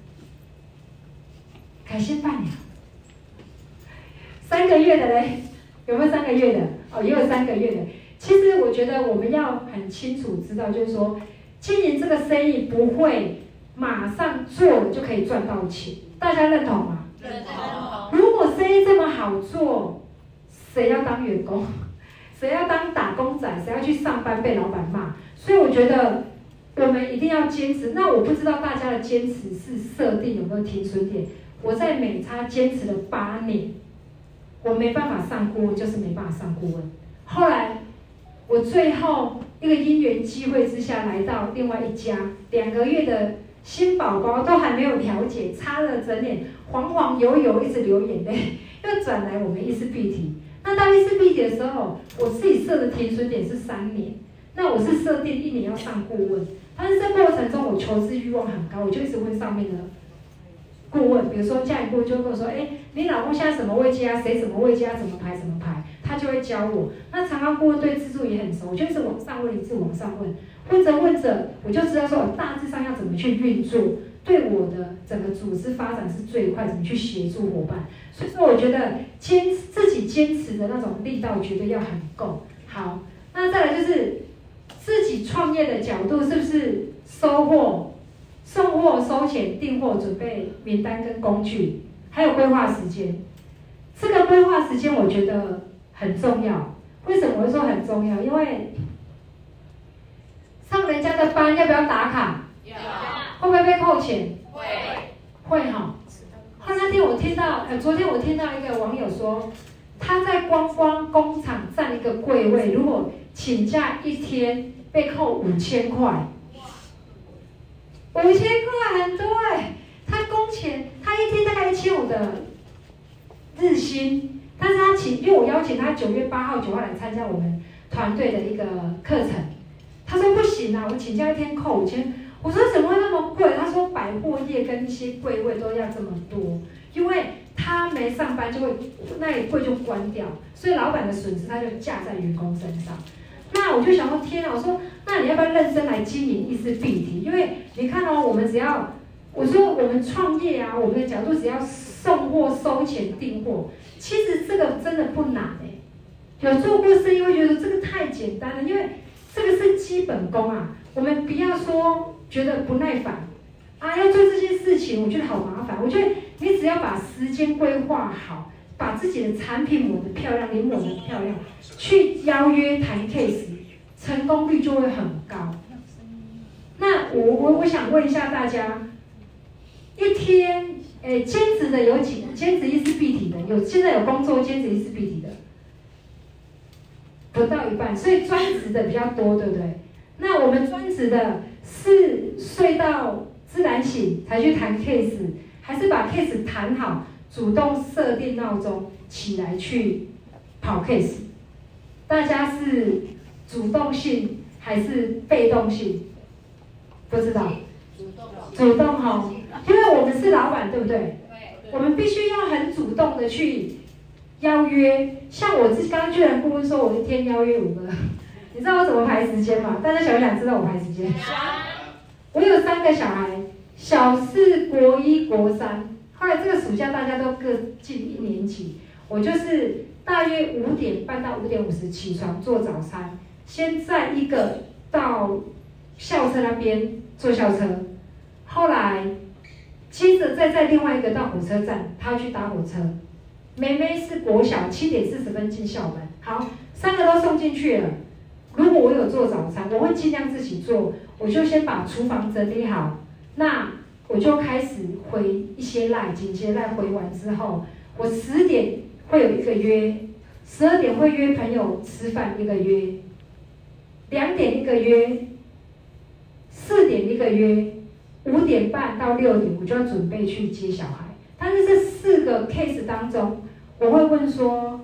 凯先半年。3个月的嘞？有没有3个月的？也有3个月的。其实我觉得我们要很清楚知道，就是说，经营这个生意不会马上做了就可以赚到钱，大家认同吗？ 认同。 如果生意这么好做，谁要当员工？谁要当打工仔？谁要去上班被老板骂？所以我觉得我们一定要坚持。那我不知道大家的坚持是设定有没有停损点？我在美差坚持了8年。我没办法上顾问，就是没办法上顾问。后来我最后一个因缘机会之下来到另外一家，2个月的新宝宝都还没有了解，擦了整脸黄黄油油，一直流眼泪，又转来我们伊思必体。那到伊思必体的时候，我自己设的停损点是3年，那我是设定1年要上顾问，但是这过程中我求知欲望很高，我就一直问上面的顾问，比如说家庭顾问就会跟我说，你老公现在什么位阶啊？谁什么位阶啊？怎么排怎么排？他就会教我。那长康顾问对制度也很熟，我就一直往上问，一直往上问，问着问着，我就知道说我大致上要怎么去运作，对我的整个组织发展是最快，怎么去协助伙伴。所以说，我觉得自己坚持的那种力道绝对要很够。好，那再来就是自己创业的角度，是不是收货、送货、收钱、订货、准备名单跟工具，还有规划时间。这个规划时间我觉得很重要。为什么我会说很重要？因为上人家的班要不要打卡？ 要。 会不会被扣钱？ 会。 会哈。那天昨天我听到一个网友说，他在观光工厂站一个柜位，如果请假1天被扣5000块。5000块很多他工钱，他1天大概1500的日薪，但是他因为我邀请他9月8号、9号来参加我们团队的一个课程，他说不行啊，我请假1天扣5000。我说怎么会那么贵？他说百货业跟一些柜位都要这么多，因为他没上班就会那里柜就关掉，所以老板的损失他就架在员工身上。那我就想说天啊，我说那你要不要认真来经营伊思必体？因为你看哦，我们只要我说我们创业啊，我们的角度只要送货、收钱、订货，其实这个真的不难有做过生意会觉得这个太简单了，因为这个是基本功啊。我们不要说觉得不耐烦啊，要做这些事情，我觉得好麻烦。我觉得你只要把时间规划好，把自己的产品抹得漂亮，你抹得漂亮，去邀约谈 case， 成功率就会很高。那我想问一下大家，一天兼职的有几个？兼职伊思必体的现在有工作兼职伊思必体的不到一半，所以专职的比较多，对不对？那我们专职的是睡到自然醒才去谈 case， 还是把 case 谈好，主动设定闹钟起来去跑 case？ 大家是主动性还是被动性？不知道。主动哈，因为我们是老板，对不对？我们必须要很主动的去邀约。像我刚刚居然顾问说，我1天邀约5个。你知道我怎么排时间吗？大家想不想知道我排时间？我有3个小孩，小4、国1、国3。后来这个暑假大家都各进1年级，我就是大约5点半到5点50起床做早餐，先载一个到校车那边坐校车，后来接着再载另外一个到火车站，他要去搭火车。妹妹是国小，7点40分进校门。好，3个都送进去了。如果我有做早餐，我会尽量自己做，我就先把厨房整理好，那我就开始回一些赖，紧接赖回完之后，我10点会有一个约，12点会约朋友吃饭一个约，2点一个约，4点一个约，5点半到6点我就要准备去接小孩。但是这4个 case 当中，我会问说，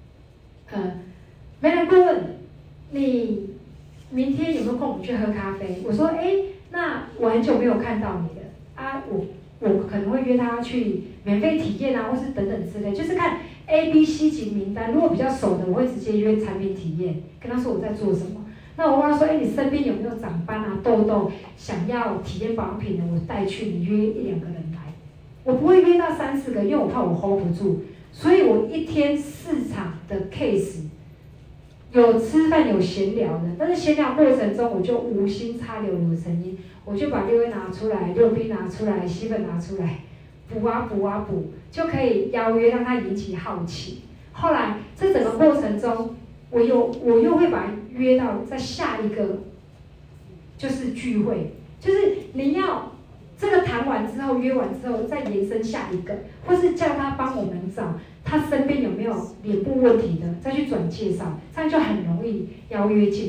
没人顾问。你明天有没有空？我们去喝咖啡。我说，那我很久没有看到你了啊，我可能会约他去免费体验啊，或是等等之类，就是看 A、B、C 级名单。如果比较熟的，我会直接约产品体验，跟他说我在做什么。那我问他说，你身边有没有长斑啊、痘痘，想要体验保养品的，我带去，你约1、2个人来。我不会约到3、4个，因为我怕我 hold 不住，所以我1天4场的 case。有吃饭有闲聊的，但是闲聊过程中我就无心插柳柳成荫，我就把6A拿出来，6B拿出来，吸粉拿出来，补啊补啊补，就可以邀约让他引起好奇。后来这整个过程中，我又会把他约到在下一个就是聚会，就是你要这个谈完之后约完之后再延伸下一个，或是叫他帮我们找。他身边有没有脸部问题的，再去转介绍，这样就很容易邀约进来。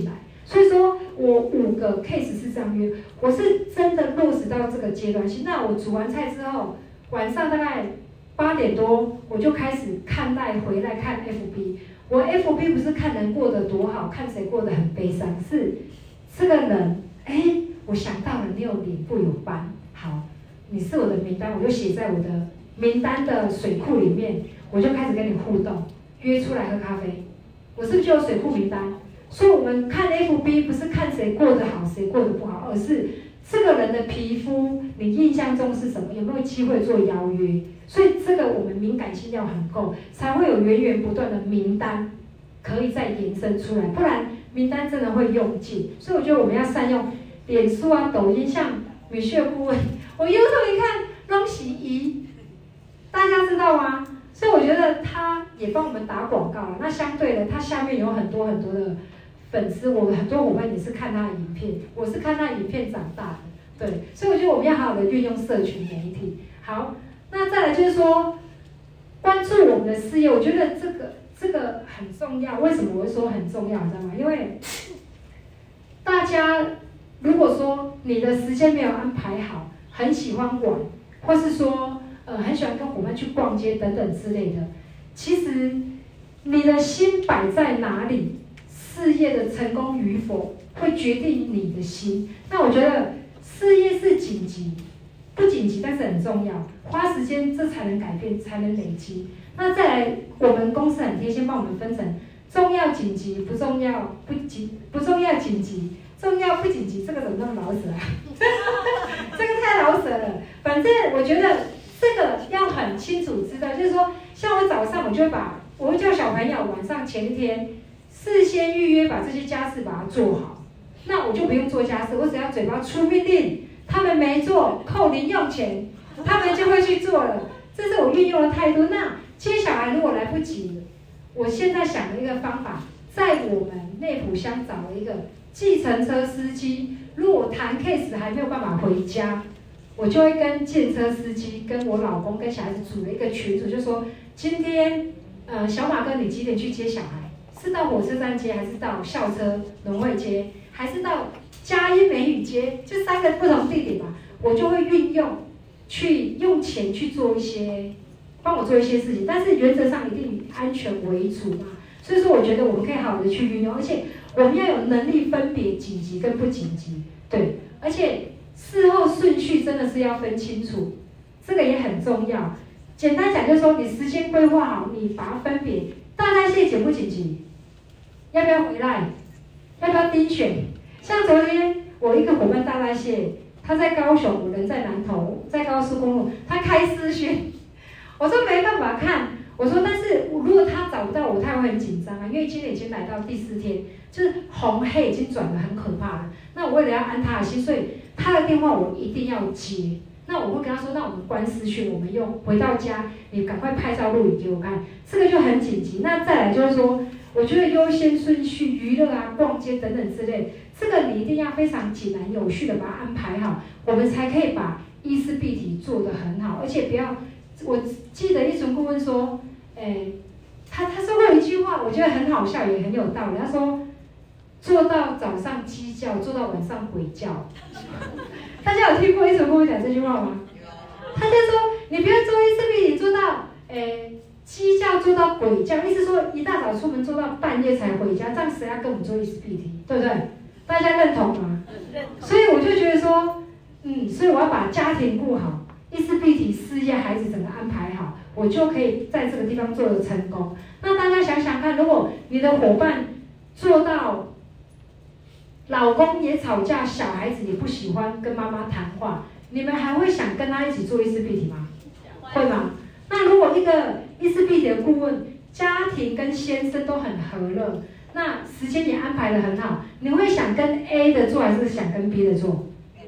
所以说我5个 case 是这样约，我是真的落实到这个阶段性。那我煮完菜之后，晚上大概8点多，我就开始看赖回来看 FB。我 FB 不是看人过得多好，看谁过得很悲伤，是这个人，我想到了，你有脸部有斑，好，你是我的名单，我就写在我的名单的水库里面，我就开始跟你互动，约出来喝咖啡，我是不是就有水库名单？所以我们看 FB 不是看谁过得好，谁过得不好，而是这个人的皮肤，你印象中是什么？有没有机会做邀约？所以这个我们敏感性要很够，才会有源源不断的名单可以再延伸出来，不然名单真的会用尽。所以我觉得我们要善用脸书啊、抖音，像米雪顾问，我 YouTube 一看拢是伊，大家知道吗？所以我觉得他也帮我们打广告了。那相对的，他下面有很多很多的粉丝，我很多伙伴也是看他的影片，我是看他影片长大的，对，所以我觉得我们要好好的运用社群媒体。好，那再来就是说，关注我们的事业，我觉得这个很重要。为什么我会说很重要？你知道吗？因为大家如果说你的时间没有安排好，很喜欢玩，或是说很喜欢跟伙伴去逛街等等之类的，其实你的心摆在哪里？事业的成功与否会决定你的心。那我觉得事业是紧急，不紧急但是很重要，花时间这才能改变，才能累积。那再来，我们公司很贴心，帮我们分成重要、紧急、不重要、不重要、紧急、重要不紧急。这个怎么那么老舍啊？这个太老舍了。反正我觉得这个要很清楚知道，就是说，像我早上我会叫小朋友晚上前一天事先预约，把这些家事把它做好，那我就不用做家事，我只要嘴巴出命令，他们没做扣零用钱，他们就会去做了。这是我运用的态度。那接小孩如果来不及了，我现在想了一个方法，在我们内埔乡找了一个计程车司机，如果谈 case 还没有办法回家，我就会跟计程车司机、跟我老公、跟小孩子组了一个群组，就说今天小马哥你几点去接小孩？是到火车站接，还是到校车农会接，还是到嘉义美语街？就3个不同地点嘛，我就会运用去用钱去做一些，帮我做一些事情，但是原则上一定以安全为主嘛。所以说，我觉得我们可以好好的去运用，而且我们要有能力分别紧急跟不紧急，对，而且事后顺序真的是要分清楚，这个也很重要。简单讲就是说，你时间规划好，你把它分别，大代谢紧不紧急？要不要回来？要不要丁选？像昨天我一个伙伴大代谢，他在高雄，我人在南投，在高速公路，他开视讯，我说没办法看，我说但是如果他找不到我，他会很紧张啊，因为今天已经来到第4天，就是红黑已经转得很可怕了。那我为了要安他的心，所以他的电话我一定要接。那我会跟他说，那我们关视讯，我们用回到家，你赶快拍照录影给我看，这个就很紧急。那再来就是说，我觉得优先顺序，娱乐啊、逛街等等之类，这个你一定要非常井然有序的把它安排好，我们才可以把医师必体做得很好，而且不要。我记得一群顾问说，他说过一句话，我觉得很好笑，也很有道理。他说，做到早上鸡叫，做到晚上鬼叫。大家有听过一群顾问讲这句话吗？他就说，你不要做医师必体做到，鸡叫做到鬼叫，意思说一大早出门做到半夜才回家，这样谁要跟我们做医师必体，对不对？大家认同吗？认同。所以我就觉得说，所以我要把家庭顾好，医师必体、事业、孩子整个安排好，我就可以在这个地方做得成功。那大家想想看，如果你的伙伴做到，老公也吵架，小孩子也不喜欢跟妈妈谈话，你们还会想跟他一起做医师必体吗？会吗？那如果一个医师必体的顾问，家庭跟先生都很和乐，那时间也安排得很好，你会想跟 A 的做，还是想跟 B 的做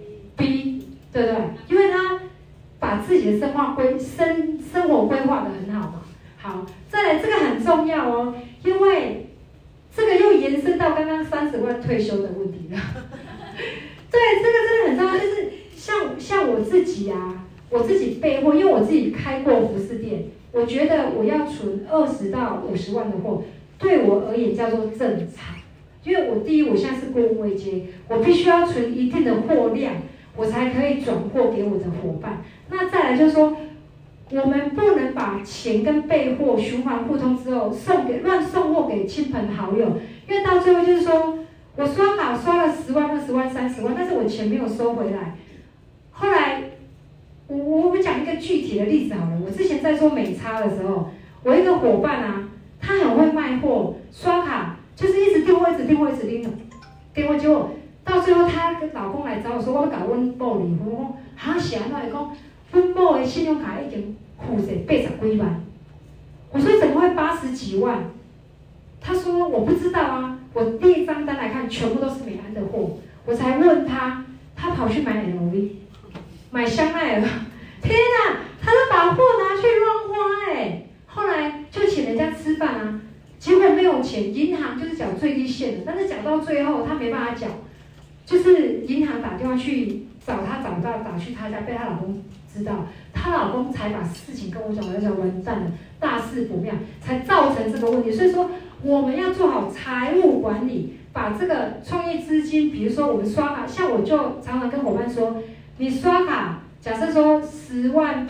？B， 对不对？因为他把自己的生活规划得很好嘛。好，再来这个很重要哦，因为这个又延伸到刚刚30万退休的问题了。对，这个真的很重要，就是像我自己啊，我自己备货，因为我自己开过服饰店，我觉得我要存20到50万的货，对我而言叫做正常。 因为第一我现在是顾问位阶，我必须要存一定的货量，我才可以转货给我的伙伴。那再来就是说，我们不能把钱跟备货循环互通之后乱送货给亲朋好友，因为到最后就是说我刷卡刷了10万、20万、30万，但是我钱没有收回来。后来我讲一个具体的例子好了，我之前在做美差的时候，我一个伙伴啊，他很会卖货，刷卡就是一直订货，订货，结果到最后她跟老公来找我说，我要搞阮某离婚，我讲哈是安怎？伊讲阮某的信用卡已经付成80几万，我说怎么会80几万？他说我不知道啊，我列账单来看，全部都是美安的货，我才问他，他跑去买 LV， 买香奈儿，天哪，他都把货拿去乱花哎！后来就请人家吃饭啊，结果没有钱，银行就是缴最低线的，但是缴到最后他没办法缴，就是银行打电话去找他，打去他家，被她老公知道，她老公才把事情跟我讲，我就讲完蛋了，大事不妙，才造成这个问题。所以说，我们要做好财务管理，把这个创业资金，比如说我们刷卡，像我就常常跟伙伴说，你刷卡，假设说20万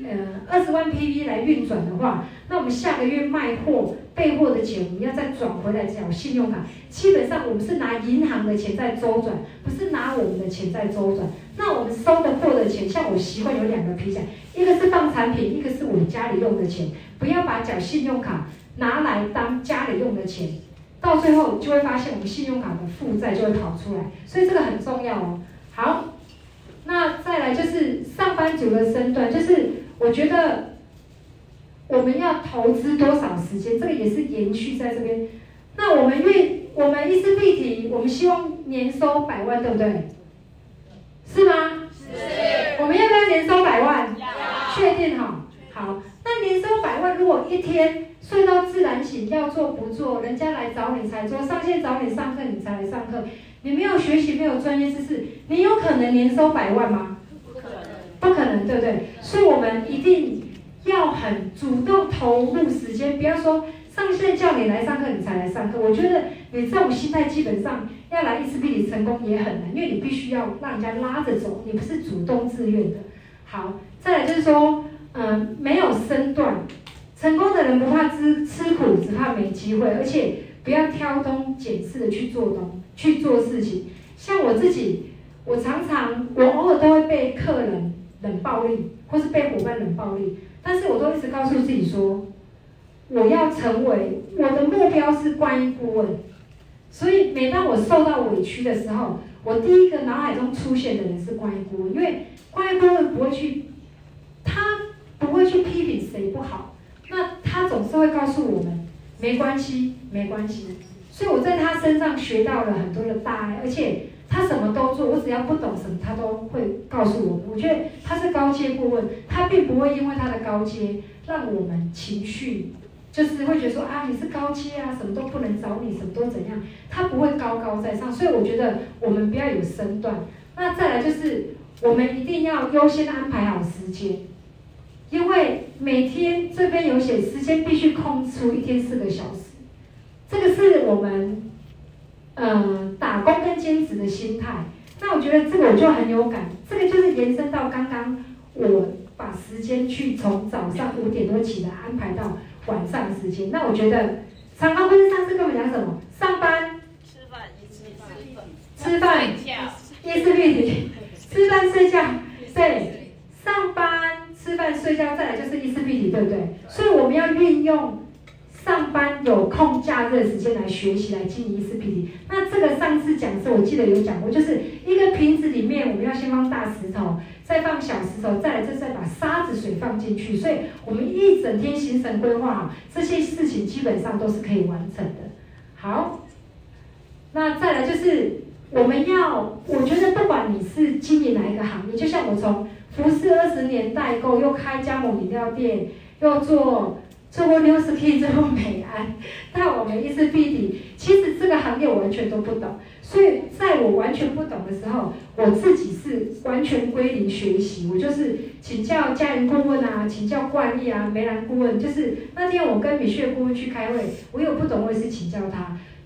PV 来运转的话，那我们下个月卖货备货的钱，我们要再转回来缴信用卡。基本上我们是拿银行的钱在周转，不是拿我们的钱在周转。那我们收的货的钱，像我习惯有2个皮夹，一个是放产品，一个是我家里用的钱。不要把缴信用卡拿来当家里用的钱，到最后就会发现我们信用卡的负债就会跑出来。所以这个很重要哦。好，那再来就是上班族的身段，就是我觉得我们要投资多少时间，这个也是延续在这边。那我们意思必提，我们希望年收100万，对不对？是吗？是。我们要不要年收100万？要。确定哈？好。那年收100万，如果一天睡到自然醒，要做不做，人家来找你才做，上线找你上课你才来上课，你没有学习，没有专业知识，你有可能年收100万吗？不可能。不可能，对不对？所以我们一定要很主动投入时间，不要说上线叫你来上课你才来上课。我觉得你这种心态基本上要来意思必提成功也很难，因为你必须要让人家拉着走，你不是主动自愿的。好，再来就是说，没有身段，成功的人不怕吃苦，只怕没机会，而且不要挑东拣西的去做事情。像我自己，我偶尔都会被客人冷暴力，或是被伙伴冷暴力，但是我都一直告诉自己说，我要成为，我的目标是观音顾问。所以每当我受到委屈的时候，我第一个脑海中出现的人是观音顾问，因为观音顾问不会去批评谁不好，那他总是会告诉我们没关系，没关系。所以我在他身上学到了很多的大爱，而且他什么都做，我只要不懂什么，他都会告诉我们。我觉得他是高阶顾问，他并不会因为他的高阶让我们情绪就是会觉得说啊你是高阶啊，什么都不能找你，什么都怎样，他不会高高在上。所以我觉得我们不要有身段。那再来就是我们一定要优先安排好时间，因为每天这边有写时间必须空出1天4个小时，这个是我们打工跟兼职的心态。那我觉得这个我就很有感，这个就是延伸到刚刚我把时间去从早上5点多起来安排到晚上的时间。那我觉得长高跟上次跟我们讲什么？上班、吃饭、意思必提，吃饭睡觉，对，上班、吃饭、睡觉，再来就是意思必提，对不对？所以我们要运用上班有空假日的时间来学习，来经营意思必提。那这个上次讲师我记得有讲过，就是一个瓶子里面我们要先放大石头，再放小石头，再来就是再把沙子水放进去。所以我们一整天行程规划好，这些事情基本上都是可以完成的。好，那再来就是我觉得不管你是经营哪一个行业，就像我从服饰20年代购，又开加盟饮料店，又做过Newski，做过美安，到我们意思必提，其实这个行业我完全都不懂。所以在我完全不懂的时候，我自己是完全归零学习，我就是请教家营顾问啊，请教冠丽啊，梅兰顾问。就是那天我跟米雪顾问去开会，我有不懂我也是请教他。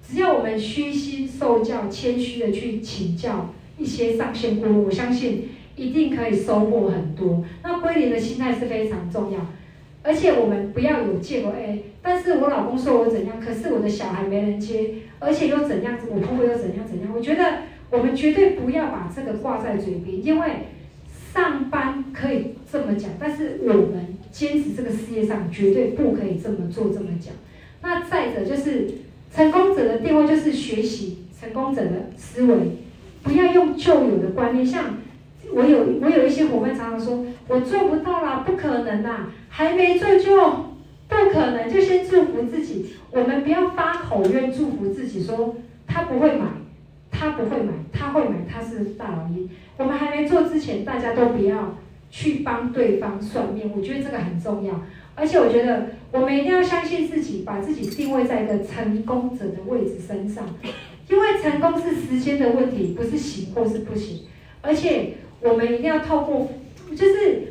只要我们虚心受教，谦虚的去请教一些上线顾问，我相信一定可以收获很多。那归零的心态是非常重要，而且我们不要有借口，但是我老公说我怎样，可是我的小孩没人接，而且又怎样子，我婆婆又怎样怎样。我觉得我们绝对不要把这个挂在嘴边，因为上班可以这么讲，但是我们坚持这个事业上绝对不可以这么做这么讲。那再者就是成功者的定位就是学习成功者的思维，不要用旧有的观念。像我有一些伙伴常常说，我做不到啦，不可能啦，还没做就不可能，就先祝福自己。我们不要发口愿祝福自己说他不会买，他不会买，他会买，他是大老鹰。我们还没做之前，大家都不要去帮对方算命，我觉得这个很重要。而且我觉得我们一定要相信自己，把自己定位在一个成功者的位置身上，因为成功是时间的问题，不是行或是不行。而且我们一定要透过，就是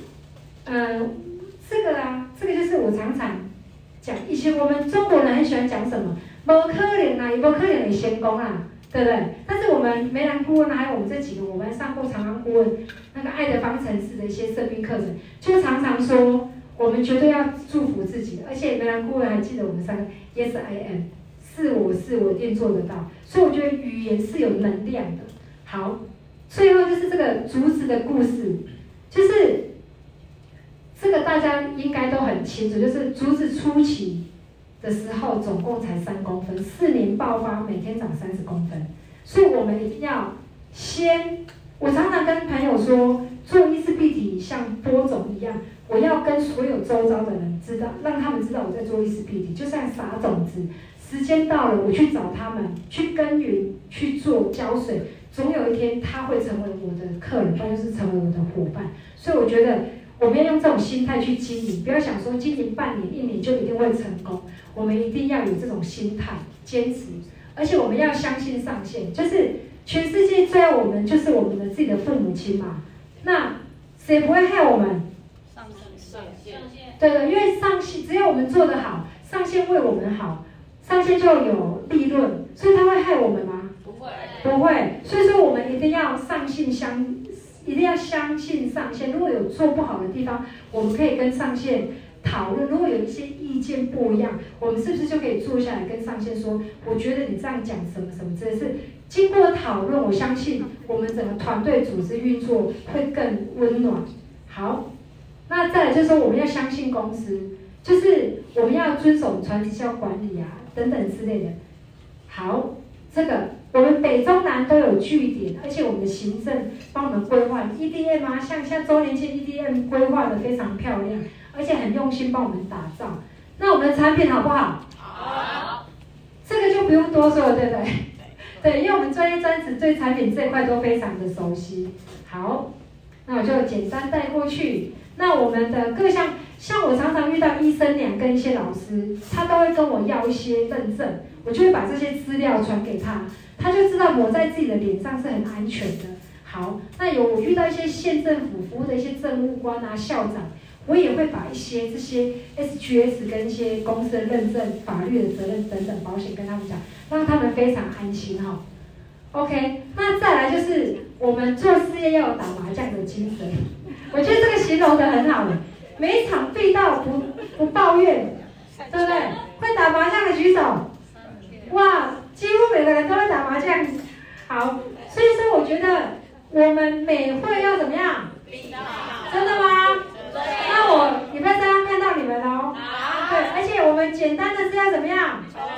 这个就是我常常讲一些我们中国人很喜欢讲什么，没可能啊，也不可能会成功啊，对不对？但是我们梅兰顾问还有我们这几个，我们上过长安顾问那个爱的方程式的一些设计课程，就常常说我们绝对要祝福自己的。而且梅兰顾问还记得我们三个 Yes I am， 是我一定做得到。所以我觉得语言是有能量的。好，最后就是这个竹子的故事，就是这个大家应该都很清楚，就是竹子初期的时候总共才3公分，4年爆发，每天长30公分。所以我们一定要先，我常常跟朋友说，做意识必体像播种一样，我要跟所有周遭的人知道，让他们知道我在做意识必体，就像撒种子，时间到了，我去找他们，去耕耘，去做浇水，总有一天他会成为我的客人，不然就是成为我的伙伴。所以我觉得我们要用这种心态去经营，不要想说经营半年、1年就一定会成功。我们一定要有这种心态，坚持，而且我们要相信上线，就是全世界最爱我们就是我们的自己的父母亲嘛。那谁不会害我们？ 上线。 对的，因为上线只要我们做得好，上线为我们好，上线就有利润，所以他会害我们吗？ 不会。 不会。所以说我们一定要一定要相信上线。如果有做不好的地方，我们可以跟上线讨论。如果有一些意见不一样，我们是不是就可以坐下来跟上线说，我觉得你这样讲什么什么之类，是经过讨论，我相信我们整个团队组织运作会更温暖。好，那再来就是说我们要相信公司，就是我们要遵守传直销管理啊等等之类的。好，这个我们北中南都有据点，而且我们的行政帮我们规划 EDM 啊，像周年庆 EDM 规划的非常漂亮，而且很用心帮我们打造。那我们的产品好不好？好。这个就不用多说了，对不对？对，因为我们专业专职对产品这一块都非常的熟悉。好，那我就简单带过去。那我们的各项，像我常常遇到医生娘跟一些老师，他都会跟我要一些认证，我就会把这些资料传给他，他就知道抹在自己的脸上是很安全的。好，那我遇到一些县政府服务的一些政务官啊、校长，我也会把一些这些 SGS 跟一些公司的认证、法律的责任等等保险跟他们讲，让他们非常安心哈。OK， 那再来就是我们做事业要有打麻将的精神，我觉得这个形容得很好，每一场必到不抱怨，对不对？会打麻将的举手，哇，几乎每个人都会打麻将。好，所以说我觉得我们美会要怎么样？真的吗？那我礼拜3看到你们哦。对，而且我们简单的是要怎么样？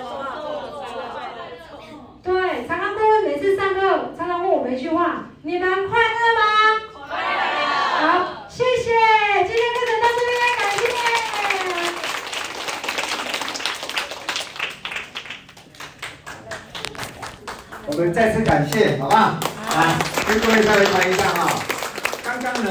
对，常常顾问每次上课常常问我们一句话：你们快乐吗？快乐。好，谢谢，今天课程到这边，感谢。我们再次感谢，好不好？来，跟各位稍微谈一下哈。刚刚呢。